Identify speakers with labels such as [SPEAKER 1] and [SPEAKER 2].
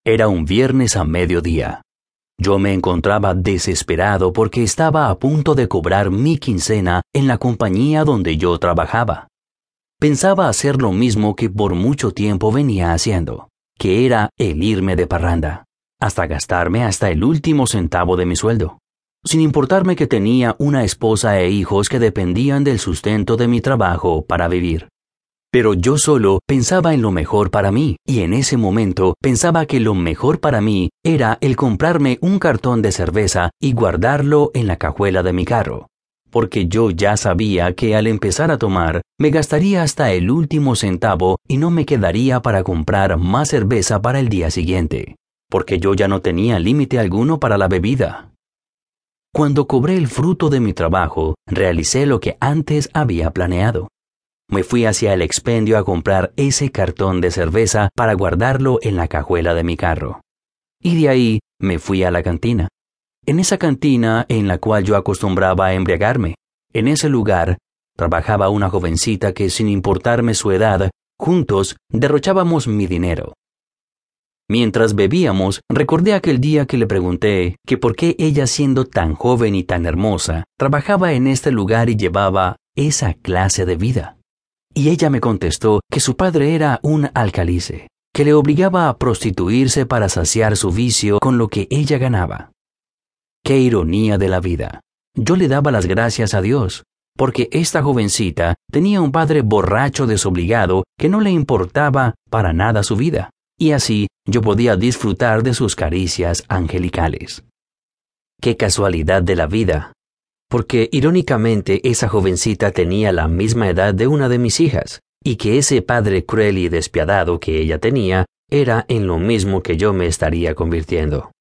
[SPEAKER 1] Era un viernes a mediodía. Yo me encontraba desesperado porque estaba a punto de cobrar mi quincena en la compañía donde yo trabajaba. Pensaba hacer lo mismo que por mucho tiempo venía haciendo, que era el irme de parranda, hasta gastarme hasta el último centavo de mi sueldo, sin importarme que tenía una esposa e hijos que dependían del sustento de mi trabajo para vivir. Pero yo solo pensaba en lo mejor para mí, y en ese momento pensaba que lo mejor para mí era el comprarme un cartón de cerveza y guardarlo en la cajuela de mi carro, porque yo ya sabía que al empezar a tomar me gastaría hasta el último centavo y no me quedaría para comprar más cerveza para el día siguiente, porque yo ya no tenía límite alguno para la bebida. Cuando cobré el fruto de mi trabajo, realicé lo que antes había planeado. Me fui hacia el expendio a comprar ese cartón de cerveza para guardarlo en la cajuela de mi carro. Y de ahí me fui a la cantina. En esa cantina en la cual yo acostumbraba a embriagarme, en ese lugar, trabajaba una jovencita que, sin importarme su edad, juntos derrochábamos mi dinero. Mientras bebíamos, recordé aquel día que le pregunté que por qué ella, siendo tan joven y tan hermosa, trabajaba en este lugar y llevaba esa clase de vida. Y ella me contestó que su padre era un alcalice, que le obligaba a prostituirse para saciar su vicio con lo que ella ganaba. ¡Qué ironía de la vida! Yo le daba las gracias a Dios, porque esta jovencita tenía un padre borracho desobligado que no le importaba para nada su vida, y así yo podía disfrutar de sus caricias angelicales. ¡Qué casualidad de la vida! Porque irónicamente esa jovencita tenía la misma edad de una de mis hijas, y que ese padre cruel y despiadado que ella tenía era en lo mismo que yo me estaría convirtiendo.